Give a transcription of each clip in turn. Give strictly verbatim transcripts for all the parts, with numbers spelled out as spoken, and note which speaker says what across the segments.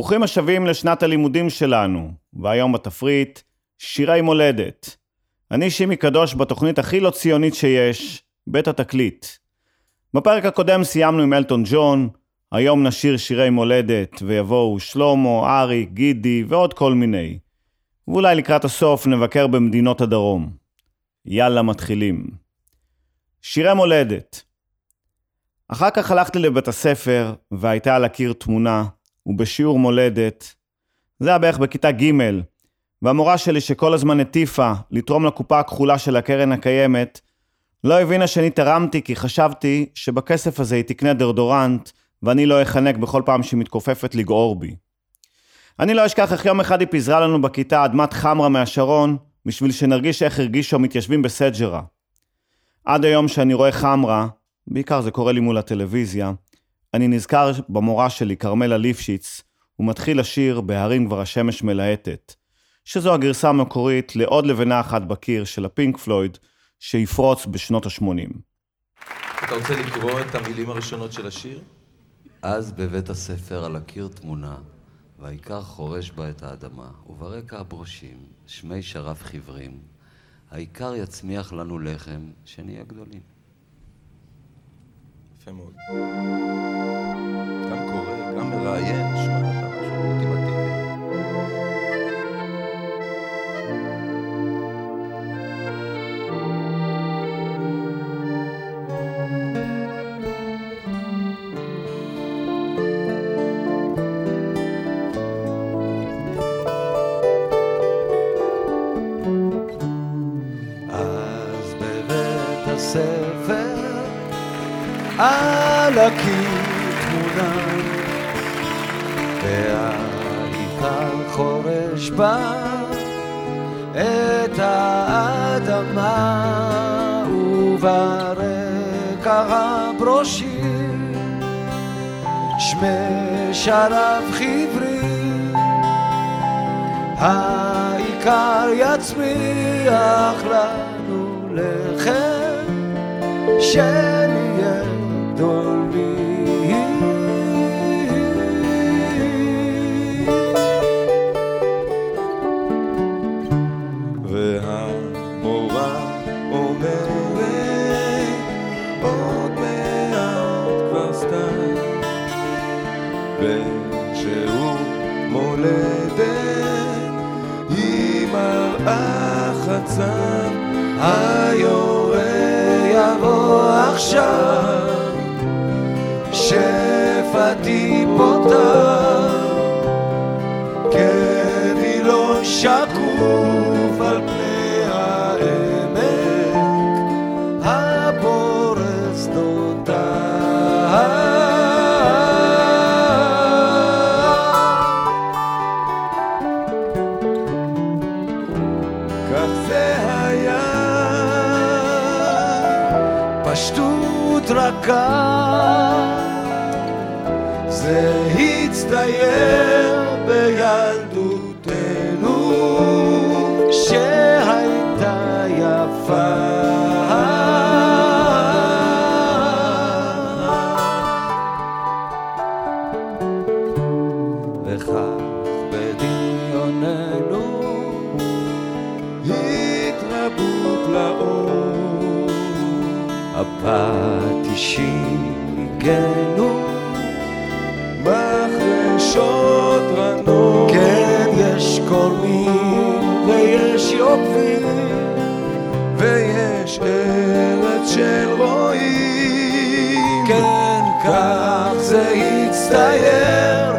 Speaker 1: ברוכים השבים לשנת הלימודים שלנו, והיום בתפריט שירי מולדת. אני שימי קדוש בתוכנית הכי לא ציונית שיש, בית התקליט. בפרק הקודם סיימנו עם אלטון ג'ון, היום נשיר שירי מולדת ויבואו שלמה, אריק, גידי ועוד כל מיני. ואולי לקראת הסוף נבקר במדינות הדרום. יאללה מתחילים. שירי מולדת. אחר כך הלכתי לבית הספר והייתה על הקיר תמונה, ובשיעור מולדת. זה היה בערך בכיתה ג' והמורה שלי שכל הזמן הטיפה לתרום לקופה הכחולה של הקרן הקיימת, לא הבינה שאני תרמתי כי חשבתי שבכסף הזה היא תקנה דרדורנט ואני לא אחנק בכל פעם שהיא מתכופפת לגעור בי. אני לא אשכח איך יום אחד היא פיזרה לנו בכיתה אדמת חמרה מהשרון בשביל שנרגיש איך הרגישו המתיישבים בסג'רה. עד היום שאני רואה חמרה, בעיקר זה קורה לי מול הטלוויזיה, אני נזכר במורה שלי, קרמלה ליפשיץ, ומתחיל לשיר בהרים כבר השמש מלהטת, שזו הגרסה המקורית לעוד לבנה אחת בקיר של הפינק פלויד, שיפרוץ בשנות ה-שמונים.
Speaker 2: אתה רוצה לקרוא את המילים הראשונות של השיר?
Speaker 3: אז בבית הספר על הקיר תמונה, והעיקר חורש בה את האדמה, וברקע הברושים, שמי שרף חיוורים, העיקר יצמיח לנו לחם, שנהיה גדולים.
Speaker 2: יפה מאוד. גם קורא, גם מראיין, שמע, אתה משהו אולטימטיבי.
Speaker 3: אז בבית הספר על הקיר תמונה, והעיקר חורש בה את האדמה, וברקע הברושים שמי שרף חיוורים, העיקר יצמיח לנו לחם, שנהיה גדולים.
Speaker 2: והמורה אומרת עוד מעט כבר סתם, בשיעור מולדת היא מראה חצר, היורה יבוא עכשיו, שפתי פותח כבילון שקוף על פני העמק הפורס דותיו. כך זה היה, פשטות רכה, זה הצטייר בילדותנו שהייתה יפה. וכך בדמיוננו התרבו פלאות, הפטישים ניגנו מחרשות רנות, כן יש קוראים ויש יופים, ויש ארץ של רועים, כן כך זה הצטייר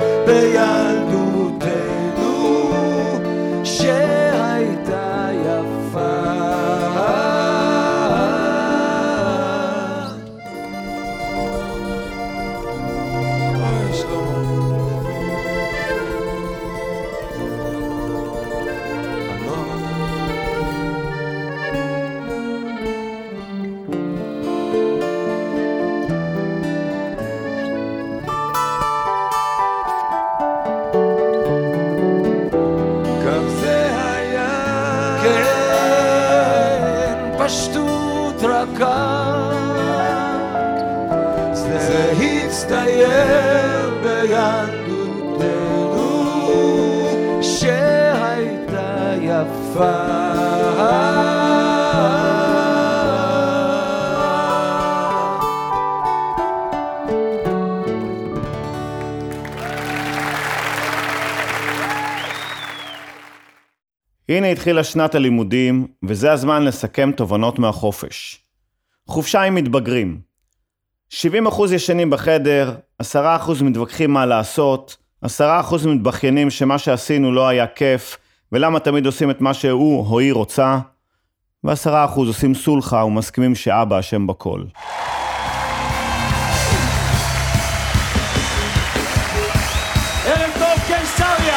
Speaker 2: בילדותנו שהייתה יפה. פשטות רכה, זה הצטייר בילדותנו
Speaker 4: יפה.
Speaker 1: הנה התחילה שנת הלימודים, וזה הזמן לסכם תובנות מהחופש. חופשה עם מתבגרים. שבעים אחוז ישנים בחדר, עשרה אחוז מתווכחים מה לעשות, עשרה אחוז מתבכיינים שמה שעשינו לא היה כיף, ולמה תמיד עושים את מה שהוא או היא רוצה, ועשרה אחוז עושים סולחה ומסכימים שאבא אשם בכל.
Speaker 4: ערב טוב קיסריה!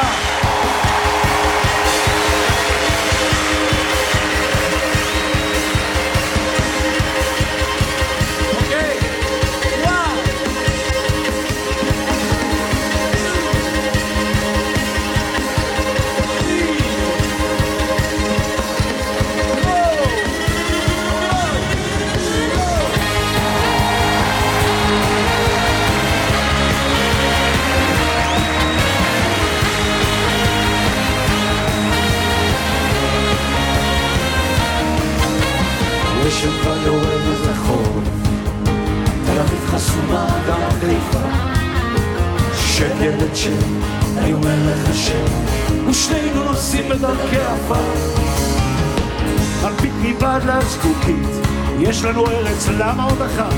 Speaker 5: שכבר יורד וזכור, תל אביב חסומה גם חיפה, של ילד של, אני אומר לך שם, ושנינו נוסעים בדרכי עפר. על פית מבעד לזקוקית, יש לנו ארץ, למה עוד אחת?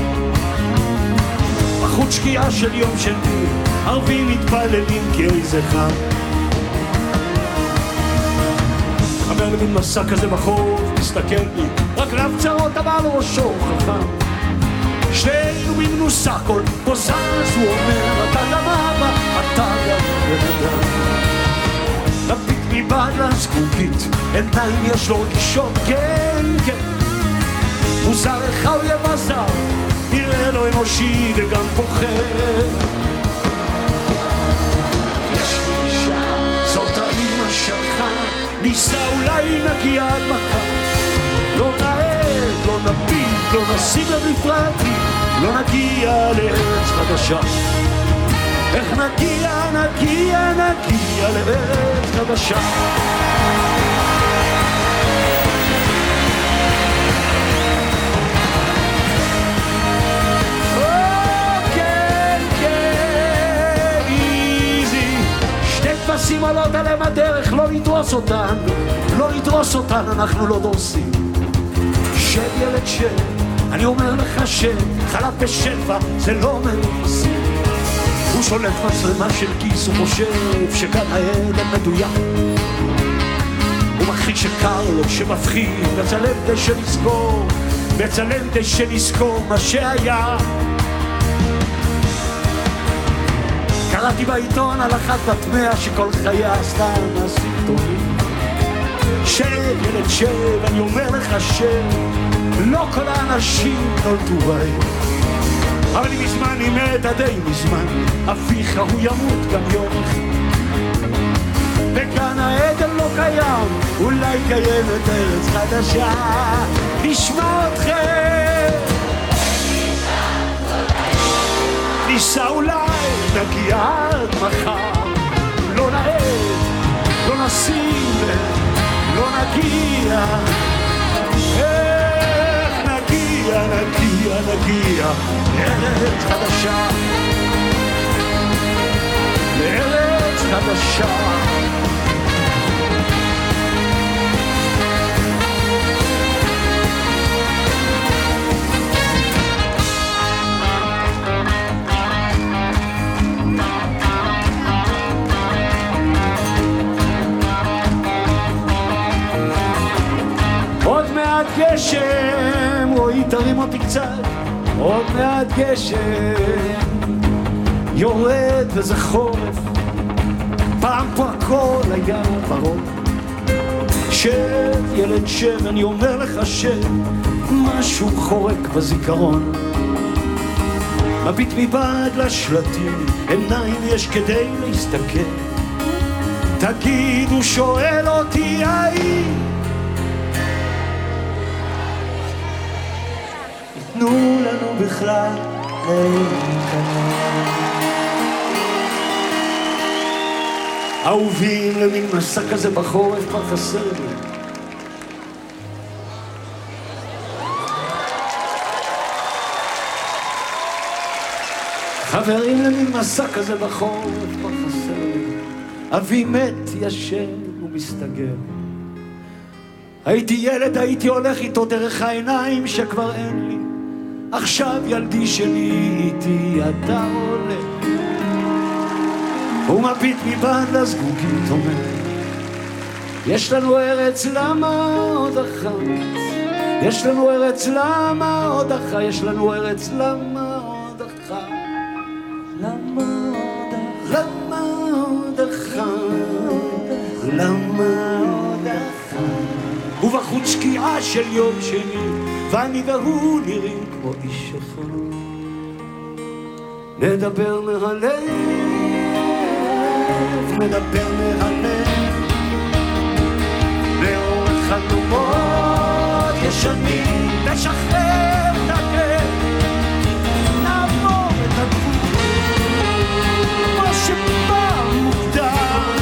Speaker 5: בחוץ שקיעה של יום שני, ערבים מתפללים כי איזה חם. חבר למין מסע כזה בחור, מסתכל לי, רק רב צרות אמר לו ראשו חכם. שנינו במנוסה כל פוסס, הוא אומר, אתה גם אבא, אתה גם בנדם. לפיק מבעד לזקוקית, עיניים יש לו רגישות, כן, כן. מוזר איך הוא יהיה מזר, נראה לו אנושי וגם פוחד. יש לי אישה, זאת האמא שלך, ניסה אולי נגיע עד מחר. לא נעד, לא נפיל, לא נשים למפרטים, לא נגיע לארץ חדשה. איך נגיע, נגיע, נגיע לארץ חדשה. תפסים עלות עליהם הדרך, לא נדרוס אותן, לא נדרוס אותן, אנחנו לא דורסים. של ילד של, אני אומר לך שחלב בשלווה זה לא מנוסים. הוא שולט מצלמה של כיס, הוא חושב שגן העדן מדויק. הוא מכחיש שקר לו, שמפחיד, מצלם די שנזכור, מצלם די שנזכור מה שהיה. קראתי בעיתון על אחת בת מאה שכל חייה עשתה מעשים טובים. שב ילד שב, אני אומר לך שב, לא כל האנשים נולדו בהם. אבל היא מזמן, היא מתה די מזמן, אביך הוא ימות גם יום אחד. וכאן העדן לא קיים, אולי קיימת ארץ חדשה. נשמע אתכם, ניסע אולי, נגיע עד מחר. לא נעד, לא נשים, לא נגיע. איך נגיע, נגיע, נגיע לארץ חדשה, לארץ חדשה. עוד מעט גשם, רואי תרים אותי קצת, עוד מעט גשם יורד וזה חורף. פעם פה הכל היה ורוד. שב ילד שב, אני אומר לך שב, משהו חורק בזיכרון. מביט מבעד לשלטים, עיניים יש כדי להסתכל. תגיד, הוא שואל אותי האם תנו לנו בכלל להיכנס. אהובים למין מסע כזה בחורף כבר חסר לי. חברים למין מסע כזה בחורף כבר חסר לי. אבי מת, ישן ומסתגר. הייתי ילד, הייתי הולך איתו דרך העיניים שכבר אין לי. עכשיו ילדי שלי איתי, אתה הולך ומביט מבעד לזגוגית אומר יש לנו ארץ, למה עוד אחת? יש לנו ארץ, למה עוד אחת? יש לנו ארץ, למה עוד אחת? למה עוד אחת? למה עוד אחת? למה עוד אחת? ובחוץ שקיעה של יום שני ואני והוא נראים כמו איש אחד. נדבר מהלב, נדבר מהלב, לאורך חלומות ישנים, נשחרר את הכאב, נעבור את הגבול, מה שפעם מוקדם,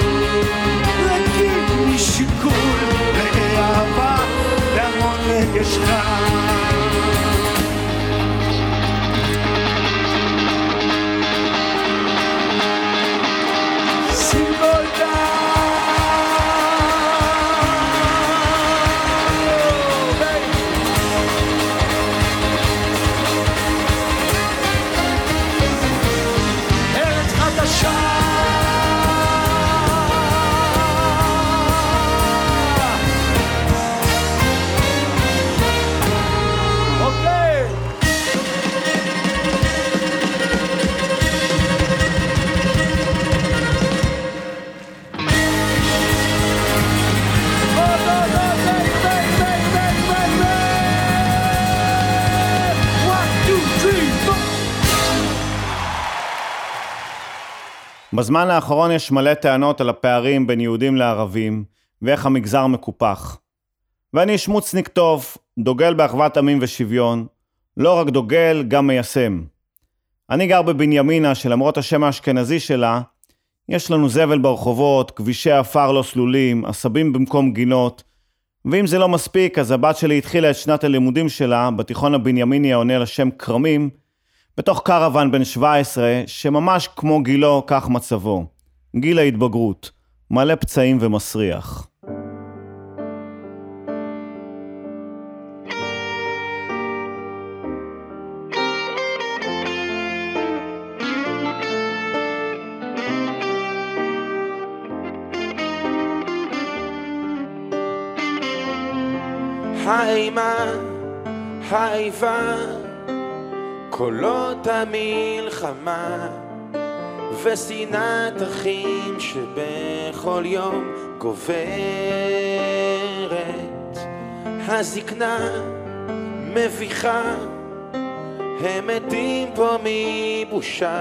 Speaker 5: להגיד משיקול, לאהבה, להמון רגש חם.
Speaker 1: בזמן האחרון יש מלא טענות על הפערים בין יהודים לערבים, ואיך המגזר מקופח. ואני שמוצניק טוב, דוגל באחוות עמים ושוויון, לא רק דוגל, גם מיישם. אני גר בבנימינה, שלמרות השם האשכנזי שלה, יש לנו זבל ברחובות, כבישי עפר לא סלולים, עשבים במקום גינות, ואם זה לא מספיק, אז הבת שלי התחילה את שנת הלימודים שלה, בתיכון הבנימיני העונה לשם קרמים, בתוך קרוון בן שבע עשרה, שממש כמו גילו, כך מצבו. גיל ההתבגרות, מלא פצעים ומסריח.
Speaker 6: האימה, האיבה, קולות המלחמה ושנאת אחים שבכל יום גוברת. הזקנה מביכה, הם מתים פה מבושה,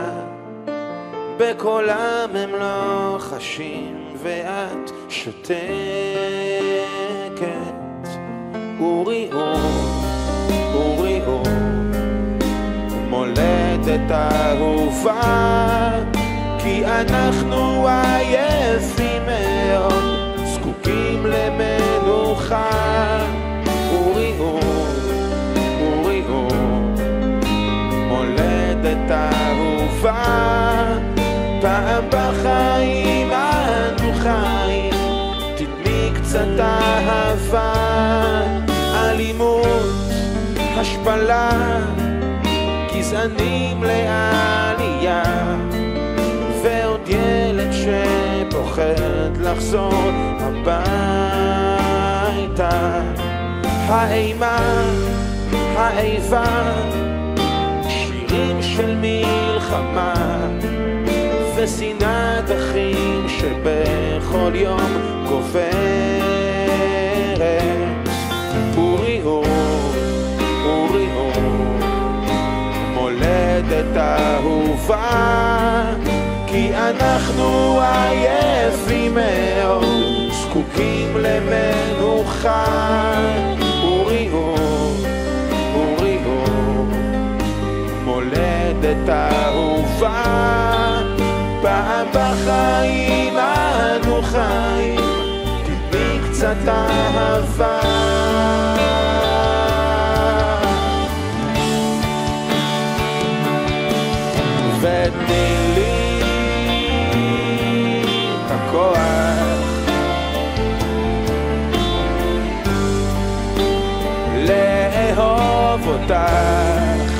Speaker 6: בקולם הם לא חשים ואת שותקת. אורי אור, אורי אור, מולדת אהובה, כי אנחנו עייפים מאוד, זקוקים למנוחה. אורי אור, אורי אור, מולדת אהובה, פעם בחיים אנו חיים, תתני קצת אהבה. אלימות, השפלה, גזענים לעלייה, ועוד ילד שפוחד לחזור הביתה. האימה, האיבה, שירים של מלחמה ושנאת אחים שבכל יום גוברת. אורי אור, אורי אור, מולדת אהובה, כי אנחנו עייפים מאוד, זקוקים למנוחה. אורי אור, אורי אור, מולדת אהובה, פעם בחיים קצת אהבה. ותני לי את הכוח לאהוב אותך,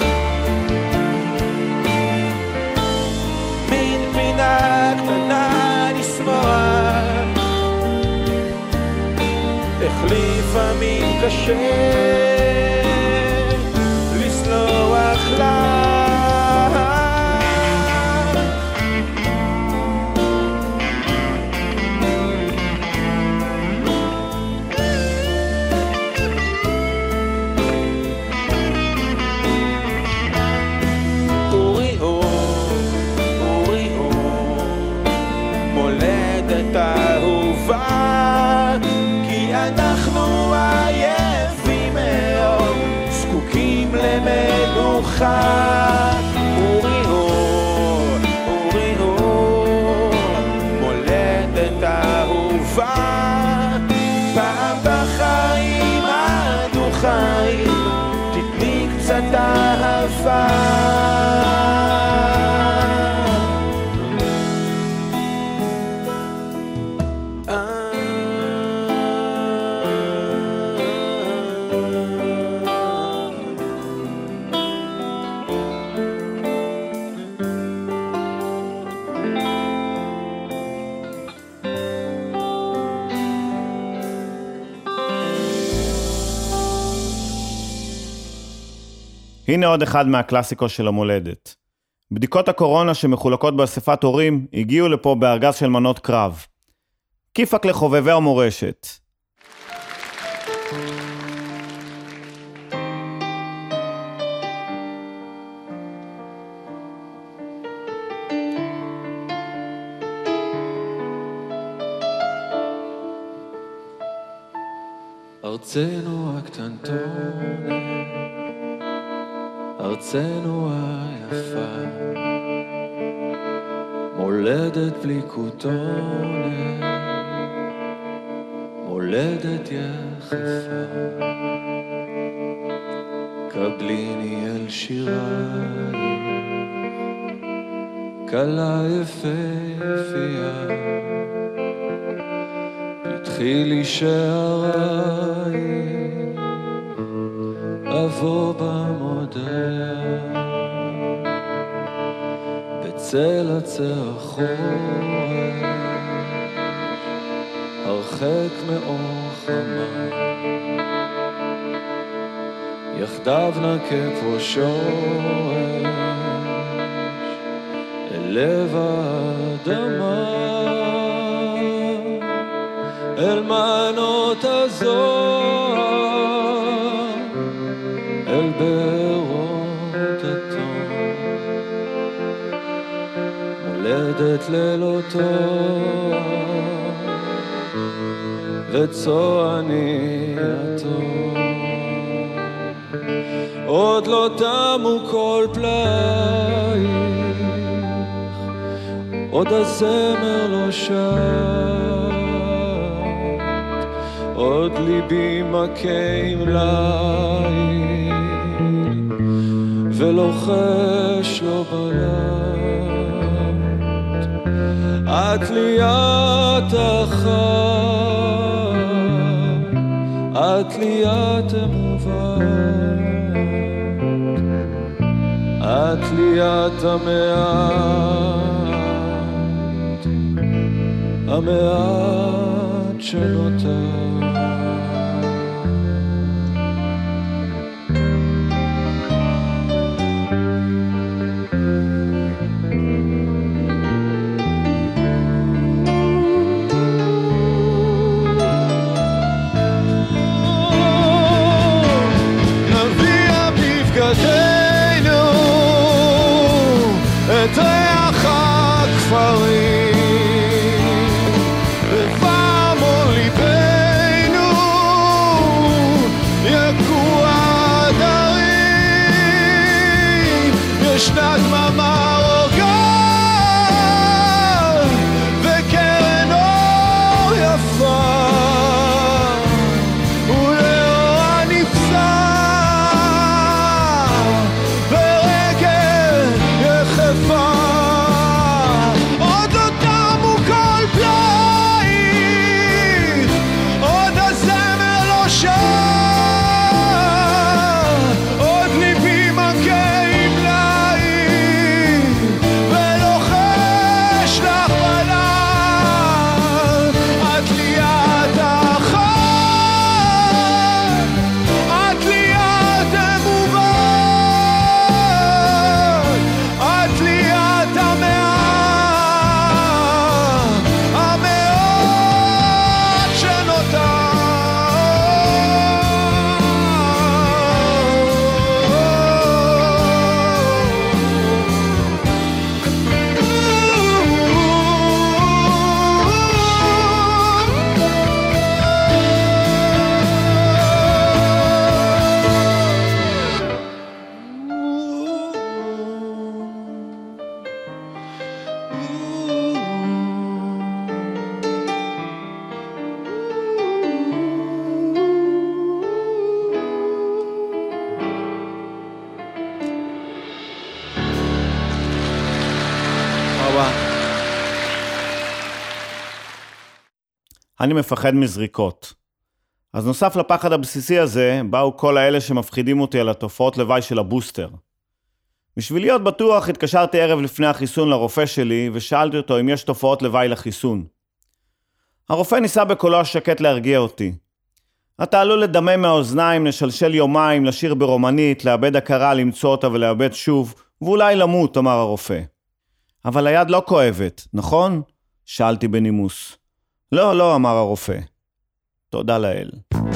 Speaker 6: מין פינה קטנה לשמוח, איך לפעמים קשה לסלוח לך. אורי אור, אורי אור, מולדת אהובה, פעם בחיים עד וחיים תתני קצת אהבה.
Speaker 1: הנה עוד אחד מהקלאסיקות של המולדת. בדיקות הקורונה שמחולקות באספת הורים הגיעו לפה בארגז של מנות קרב. כיפק לחובבי המורשת.
Speaker 7: ארצנו הקטנטונת, ארצנו היפה, מולדת בלי כותונת, מולדת יחפה. קבליני אל שירייך, קלה יפהפייה, פתחי לי שערייך, אבוא במודע, בצל עצר החורש, הרחק מאור חמה, יחדיו נקה פה שורש, אל לב האדמה, אל מנות הזוהר, אל בארות התום, מולדת ללא תואר, וצועני התום. עוד לא תמו כל פלאייך, עוד הזמר לא שט, עוד ליבי מכה עם ליל, ולוחש לו בלט. את לי את החם, את לי את המובן, את לי את המעט, המעט שנותר. את ריח הכפרים, ובמול ליבנו
Speaker 1: אני מפחד מזריקות. אז נוסף לפחד הבסיסי הזה, באו כל האלה שמפחידים אותי על התופעות לוואי של הבוסטר. בשביל להיות בטוח, התקשרתי ערב לפני החיסון לרופא שלי, ושאלתי אותו אם יש תופעות לוואי לחיסון. הרופא ניסה בקולו השקט להרגיע אותי. אתה עלול לדמם מהאוזניים, לשלשל יומיים, לשיר ברומנית, לאבד הכרה, למצוא אותה ולאבד שוב, ואולי למות, אמר הרופא. אבל היד לא כואבת, נכון? שאלתי בנימוס. לא, לא, אמר הרופא. תודה לאל.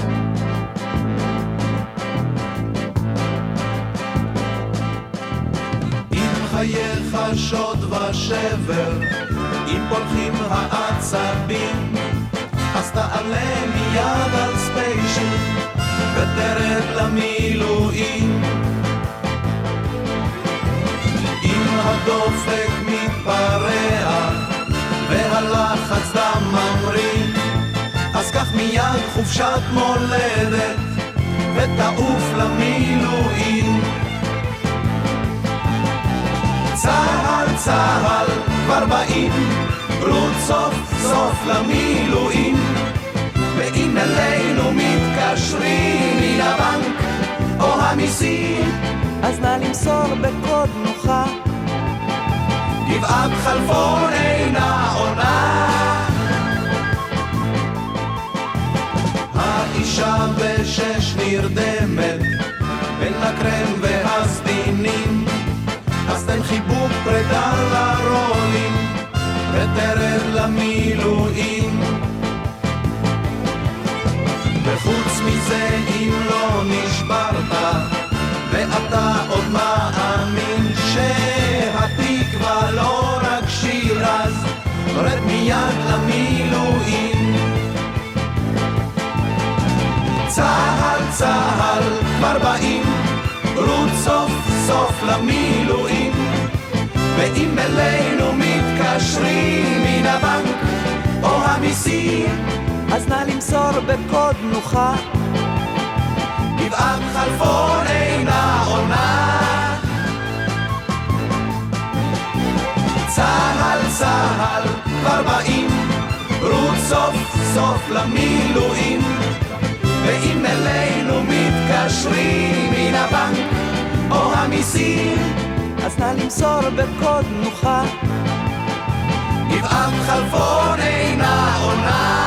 Speaker 6: אם חייך שוד ושבר, אם פולחים העצבים, אז תעלה מיד על ספיישל ותרד למילואים. אם הדופק מתפרע והלחץ דם ממריא, אז קח מיד חופשת מולדת ותעוף למילואים. צהל צהל כבר באים, רות סוף סוף למילואים, ואם אלינו מתקשרים מן הבנק או המיסים,
Speaker 8: אז נא למסור בקוד נוחה,
Speaker 6: גבעת חלפון אינה עונה. האישה בשש נרדמת בין הקרם והסדינים, אז תן חיבוק פרידה לרולים ותרד למילואים. וחוץ מזה אם לא נשברת ואתה עוד מאמין שהתקווה לא רק שיר, אז רד מיד למילואים. צהל צהל כבר באים, רות סוף סוף למילואים, ואם אלינו מתקשרים מן הבנק או המיסים,
Speaker 8: אז נא למסור בקוד נוחה,
Speaker 6: גבעת חלפון אינה עונה. צהל צהל כבר באים, רות סוף סוף למילואים, ואם אלינו מתקשרים מן הבנק או המיסים,
Speaker 8: אז נא למסור בקוד נוחה,
Speaker 6: גבעת חלפון אינה עונה.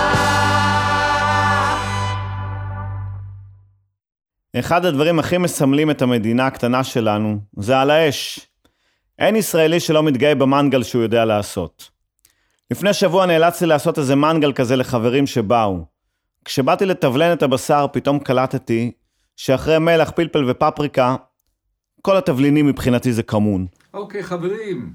Speaker 1: אחד הדברים הכי מסמלים את המדינה הקטנה שלנו זה על האש. אין ישראלי שלא מתגאה במנגל שהוא יודע לעשות. לפני שבוע נאלצתי לעשות איזה מנגל כזה לחברים שבאו. כשבאתי לטבלן את הבשר פתאום קלטתי שאחרי מלח, פלפל ופפריקה, כל התבלינים מבחינתי זה כמון.
Speaker 9: אוקיי, חברים.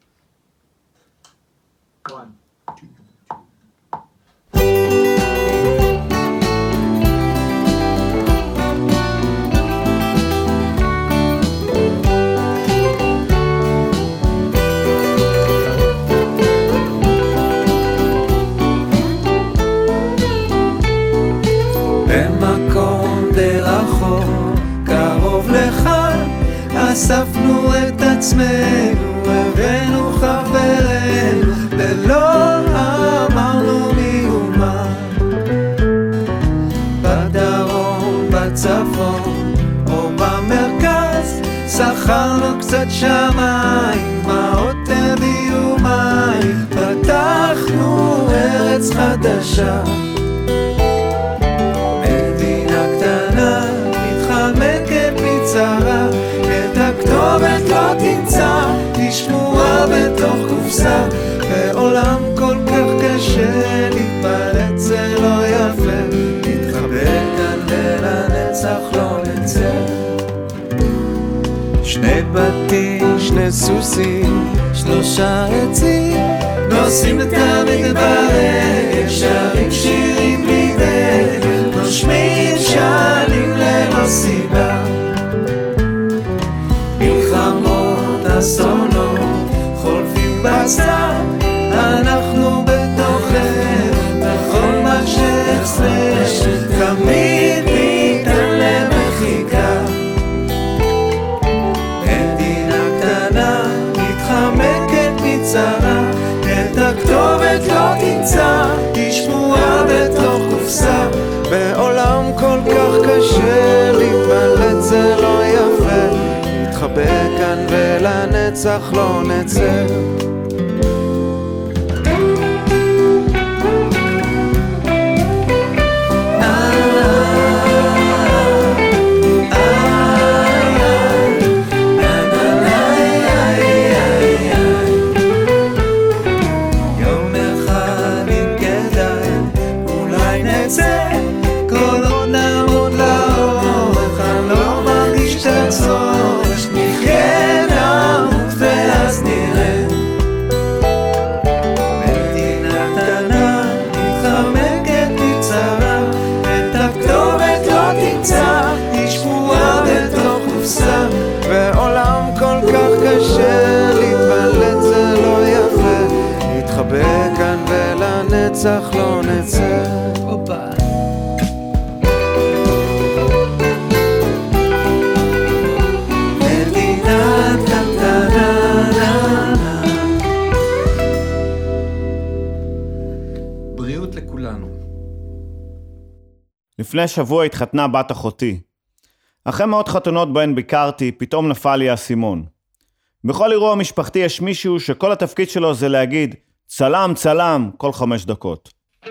Speaker 10: במקום דרחוק קרוב לכאן אספנו את עצמנו, הבאנו חברנו, ולא אמרנו מאומה. בדרום, בצפון או במרכז שכרנו קצת שמיים, מעות הביאו מים, פתחנו ארץ חדשה. מדינה קטנה מתחמקת מצרה, את הכתובת לא תמצא, תשמוע בתוך קופסה. בעולם כל כך קשה להתפלט, זה לא יפה, נתחבא כאן ולנצח לא נצא. שני בתים, שני סוסים, שלושה עצים, נוסעים את המדבר, שרים שירים בלי דרך, נושמים שנים ללא סיבה. מלחמות, אסונות, חולפים בצד, אנחנו בתוכנו, בכל מה שאצלנו, תמיד ניתן למחיקה. מדינה קטנה, מתחמקת מצרה, את הכתובת לא תמצא, תשמוע ב...
Speaker 6: ולנצח לא נצא. ועולם כל כך קשה, להתבלט זה לא יפה, להתחבא כאן ולנצח לא נצא. מדינה קטנה.
Speaker 5: בריאות לכולנו.
Speaker 1: לפני שבוע התחתנה בת אחותי. אחרי מאות חתונות בהן ביקרתי, פתאום נפל לי האסימון. בכל אירוע משפחתי יש מישהו שכל התפקיד שלו זה להגיד צלם צלם כל חמש דקות.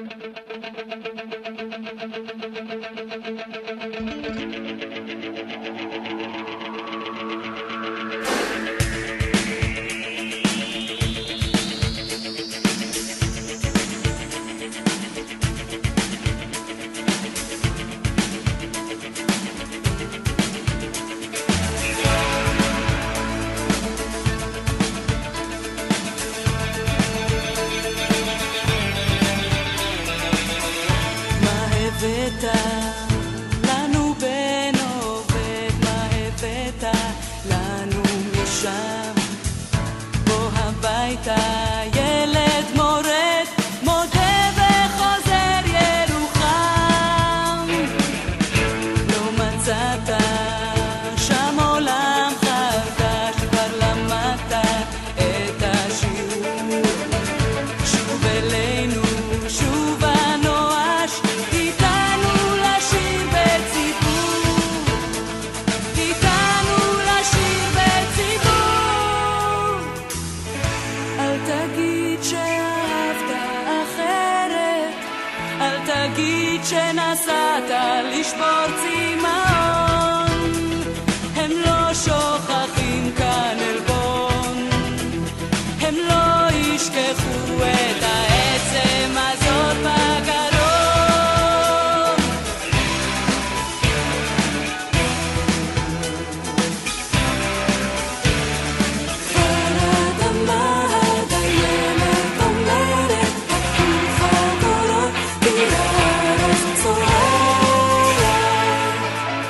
Speaker 8: לנו בן עובד, מה הבאת לנו משם? בוא הביתה ילד מורד, מודה וחוזר ירוחם. לא מצאת שם עולם חדש, כבר למדת את השיעור. שוב אלינו, שוב הנואש, שנסעת לשבור צימאון, הם לא שוכחים כאן אלבון, הם לא ישכחו את העצם הזאת בגרון. הרדמה הדיילת אומרת, הכול חגורות ביד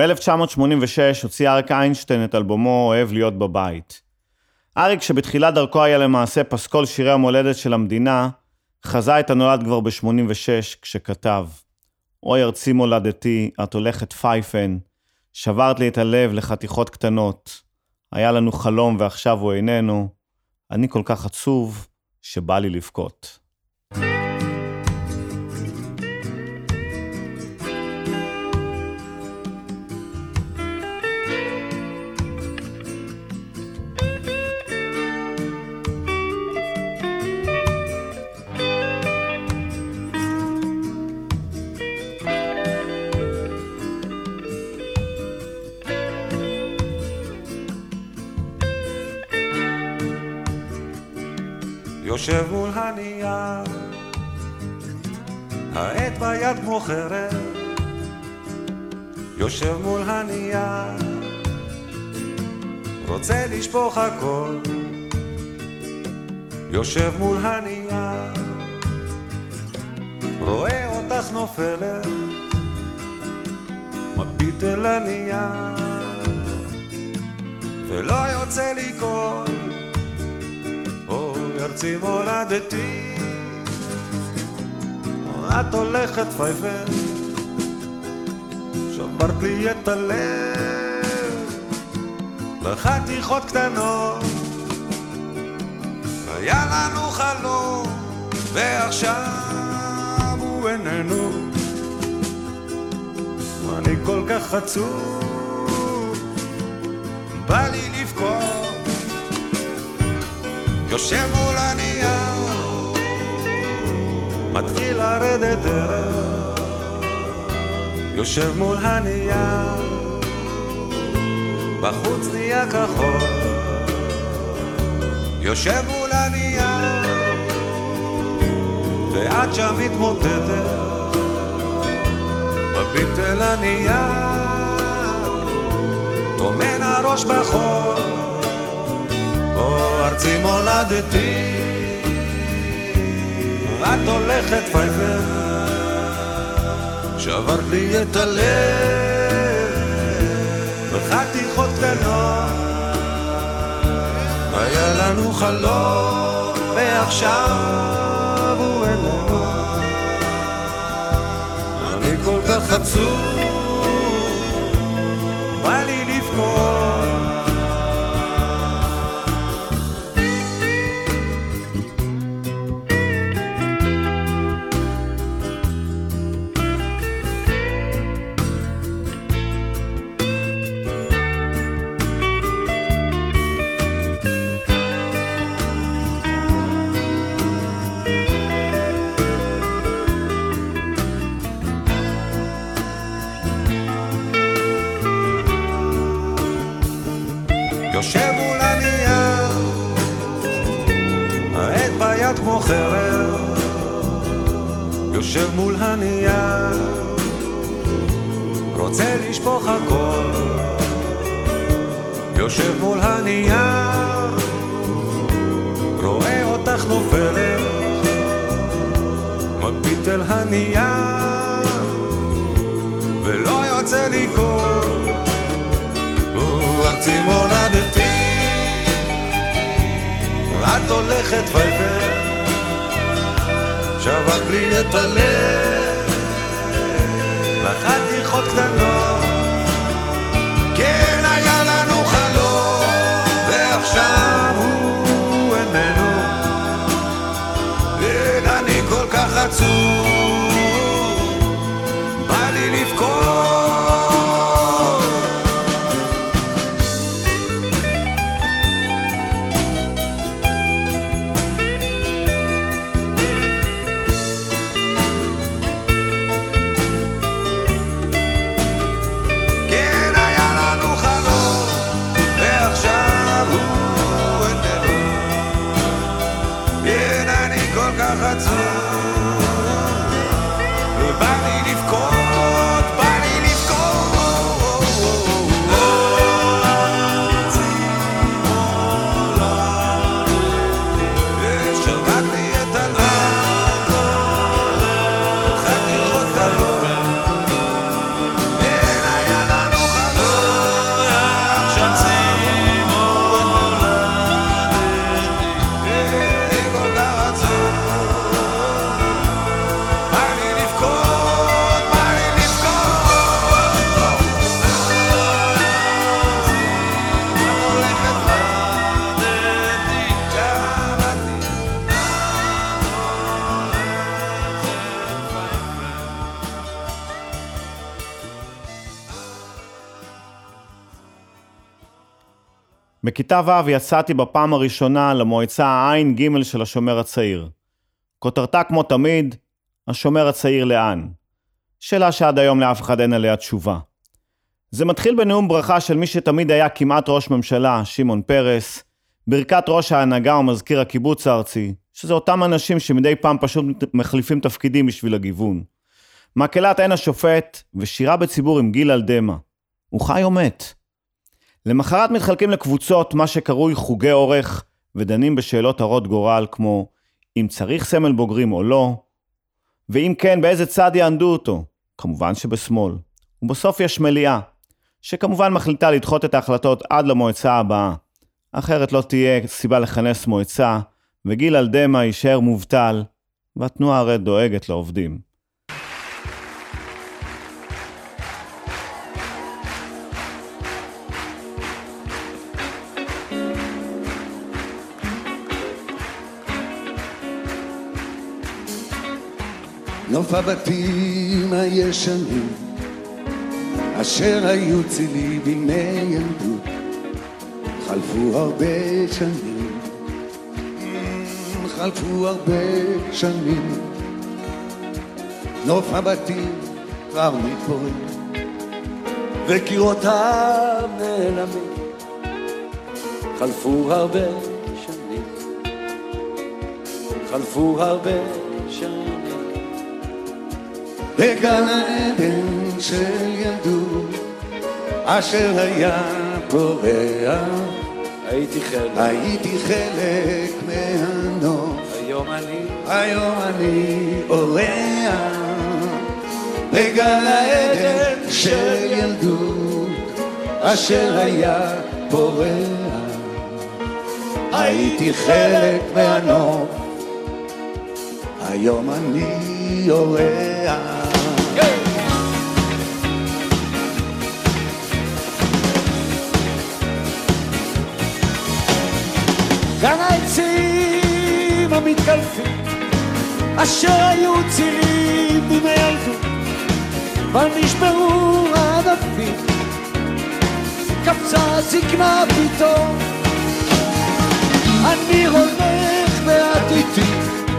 Speaker 1: ב-אלף תשע מאות שמונים ושש הוציא אריק איינשטיין את אלבומו אוהב להיות בבית. אריק, שבתחילת דרכו היה למעשה פסקול שירי המולדת של המדינה, חזה את הנולד כבר ב-שמונים ושש כשכתב: אוי ארצי מולדתי, את הולכת פייפן, שברת לי את הלב לחתיכות קטנות, היה לנו חלום ועכשיו הוא איננו, אני כל כך עצוב שבא לי לבכות.
Speaker 9: יושב מול הנייר, העט ביד כמו חרב, יושב מול הנייר, רוצה לשפוך הכל, יושב מול הנייר, רואה אותך נופלת, מביט אל הנייר, ולא יוצא לי קול, ארצי מולדתי, את הולכת פייפן, שברת לי את הלב לחתיכות קטנות, היה לנו חלום ועכשיו הוא איננו, אני כל כך עצוב, בא לי לבכות, יושב מול הנייר, מתחיל לרדת דרך, יושב מול הנייר, בחוץ נהיה כחול, יושב מול הנייר, ועד שם מתמוטטת, מביט אל הנייר, טומן הראש בחול, ארצי מולדתי, את הולכת פייפן, שברת לי את הלב בחתיכות קטנות, היה לנו חלום ועכשיו הוא איננו, אני כל כך עצוב, בא לי לבכות, יושב מול הנייר, העט ביד כמו חרב, יושב מול הנייר, רוצה לשפוך הכל, יושב מול הנייר, רואה אותך נופלת, מביט אל הנייר, ולא יוצא לי קול, ארצי מולדתי, את הולכת פייפן, שברת לי את הלב לחתיכות קטנות, כן היה לנו חלום ועכשיו הוא איננו, אני כל כך עצוב, בא לי לבכות,
Speaker 1: בכיתה ו' יצאתי בפעם הראשונה למועצה העין ג' של השומר הצעיר. כותרתה כמו תמיד, השומר הצעיר לאן? שאלה שעד היום לאף אחד אין עליה תשובה. זה מתחיל בנאום ברכה של מי שתמיד היה כמעט ראש ממשלה, שמעון פרס, ברכת ראש ההנהגה ומזכיר הקיבוץ הארצי, שזה אותם אנשים שמדי פעם פשוט מחליפים תפקידים בשביל הגיוון. מקהלת עין השופט ושירה בציבור עם גיל אלדמה. הוא חי או מת? למחרת מתחלקים לקבוצות מה שקרוי חוגי אורך, ודנים בשאלות הרות גורל כמו אם צריך סמל בוגרים או לא, ואם כן באיזה צד יענדו אותו, כמובן שבשמאל. ובסוף יש מליאה, שכמובן מחליטה לדחות את ההחלטות עד למועצה הבאה, אחרת לא תהיה סיבה לכנס מועצה, וגיל אלדמה יישאר מובטל, והתנועה הרי דואגת לעובדים.
Speaker 11: נוף הבתים הישנים אשר היו צילי בימי ילדות, חלפו הרבה שנים, חלפו הרבה שנים. נוף הבתים כבר מתפורר וקירותיו נעלמים, חלפו הרבה שנים, חלפו הרבה שנים. בגן העדן של ילדות אשר היה פורח, הייתי חלק, הייתי חלק מהנוף. היום אני, היום אני אורח. בגן העדן של ילדות אשר היה פורח, הייתי חלק מהנוף. היום אני אורח. גן העצים המתקלפים אשר היו צילים בימי ילדות, אבל נשברו העדפים, קפצה זקנה פתאום. אני הולך בעתידי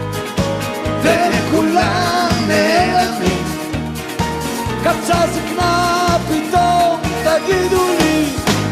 Speaker 11: וכולם נעלמים, קפצה זקנה פתאום. תגידו לי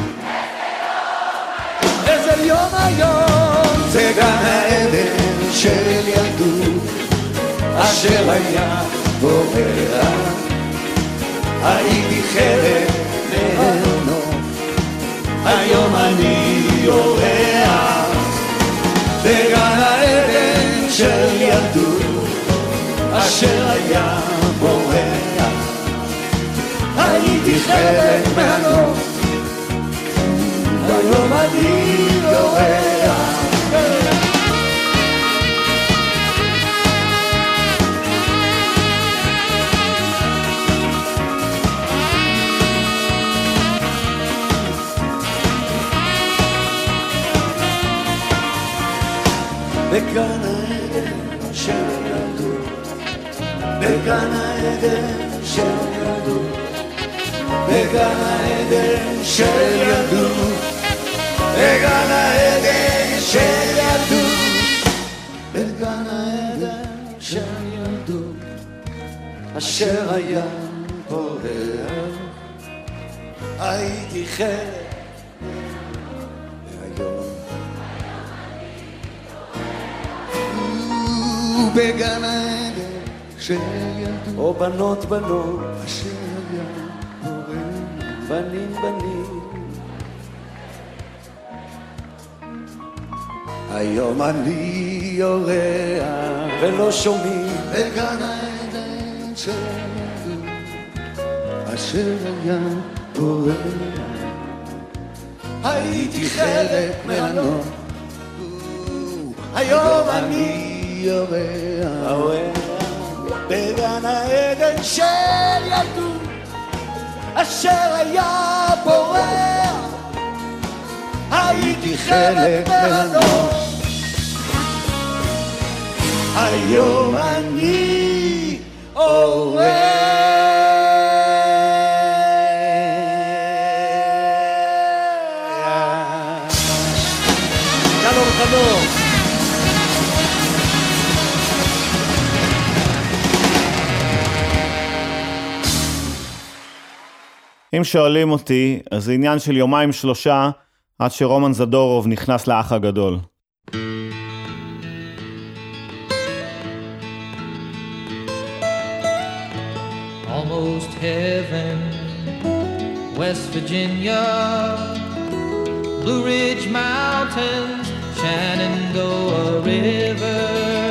Speaker 11: איזה יום היום? זה גן העדן של ילדות אשר היה פורח, הייתי חלק מהנוף. היום אני אורח. בגן העדן של ילדות אשר היה פורח, הייתי חלק מהנוף. היום אני אורח. בגן העדן של ילדות, בגן העדן של ילדות, בגן העדן של ילדות, בגן העדן של ילדות, בגן העדן של ילדות אשר היה פורח, הייתי חלק מהיום. בגן העדן של ילדות, או בנות בנות אשר היה פורח, בנים בנים. היום אני אורח ולא שומעים. בגן העדן של ילדות אשר היה פורח, הייתי חלק מהנוף. היום אני אורח. בגן העדן של ילדות אשר היה פורח, הייתי חלק מהנוף. היום אני אורח. שלנו.
Speaker 1: אם שואלים אותי, אז זה עניין של יומיים שלושה עד שרומן זדורוב נכנס לאח הגדול.
Speaker 12: Almost heaven, West Virginia, Blue Ridge Mountains, Shenandoah River.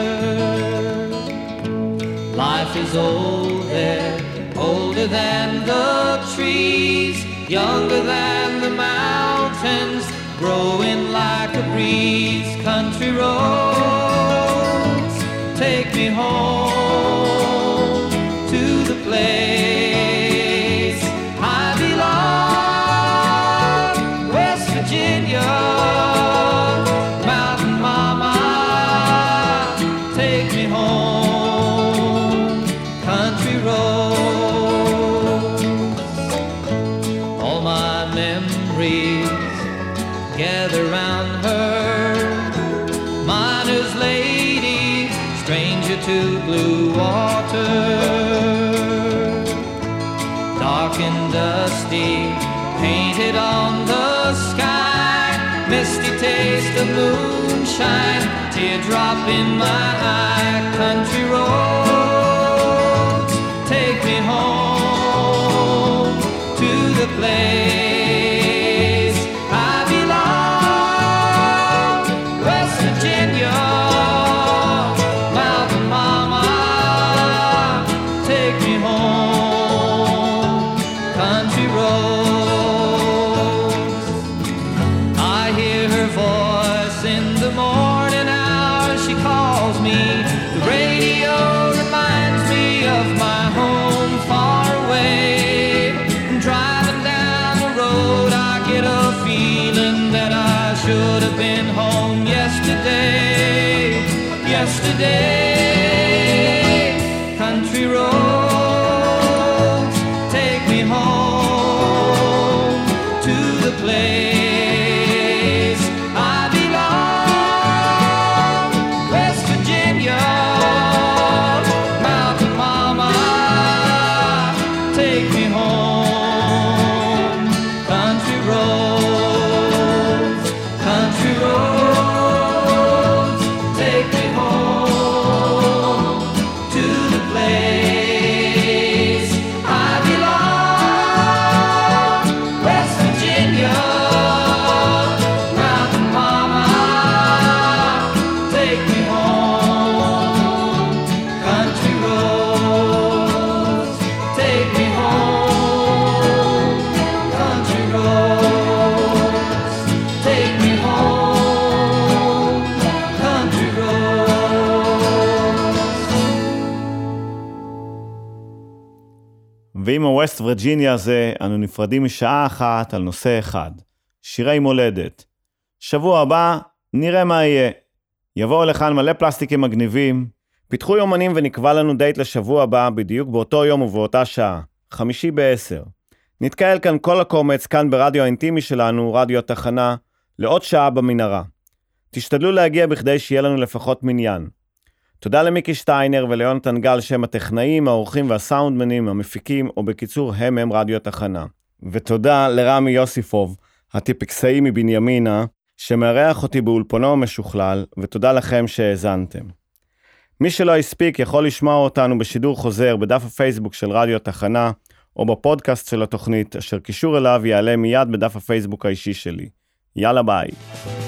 Speaker 12: Life is old there, older than the trees, younger than the mountains, growing like a breeze. Country roads, take me home to the place I belong. West Virginia, Mountain Mama, take me home. Country roads, all my memories gather round her. Miner's lady, stranger to blue water, dark and dusty, painted on the sky, misty taste of moonshine, teardrop in my eye. Country roads, take me home to the place I belong. West Virginia, Mountain Mama, take me home. Country roads, I hear her voice in the morning hour. She calls me. The radio reminds me of my home far away. Driving down the road, I get a feeling that I should have been home yesterday. Yesterday, country roads, take me home to the place I belong. West Virginia, Mountain Mama, take me home. Country roads, country roads, take me home to the place I belong. West Virginia, Mountain Mama, take me home. Country roads, take me home. Country roads, take me home. Country roads.
Speaker 1: ועם הווסט וירג'יניה הזה, אנו נפרדים משעה אחת על נושא אחד, שירי מולדת. שבוע הבא, נראה מה יהיה. יבואו לכאן מלא פלסטיקים מגניבים, פיתחו יומנים ונקבע לנו דייט לשבוע הבא, בדיוק באותו יום ובאותה שעה, חמישי בעשר. נתקהל כאן כל הקומץ, כאן ברדיו האינטימי שלנו, רדיו התחנה, לעוד שעה במנהרה. תשתדלו להגיע בכדי שיהיה לנו לפחות מניין. תודה למיקי שטיינר וליונתן גל שהם הטכנאים, האורחים והסאונדמנים, המפיקים, או בקיצור הם הם רדיו התחנה. ותודה לרמי יוסיפוב, הטיפקסאי מבנימינה, שמארח אותי באולפונו המשוכלל, ותודה לכם שהאזנתם. מי שלא הספיק יכול לשמוע אותנו בשידור חוזר בדף הפייסבוק של רדיו התחנה, או בפודקאסט של התוכנית, אשר קישור אליו יעלה מיד בדף הפייסבוק האישי שלי. יאללה ביי.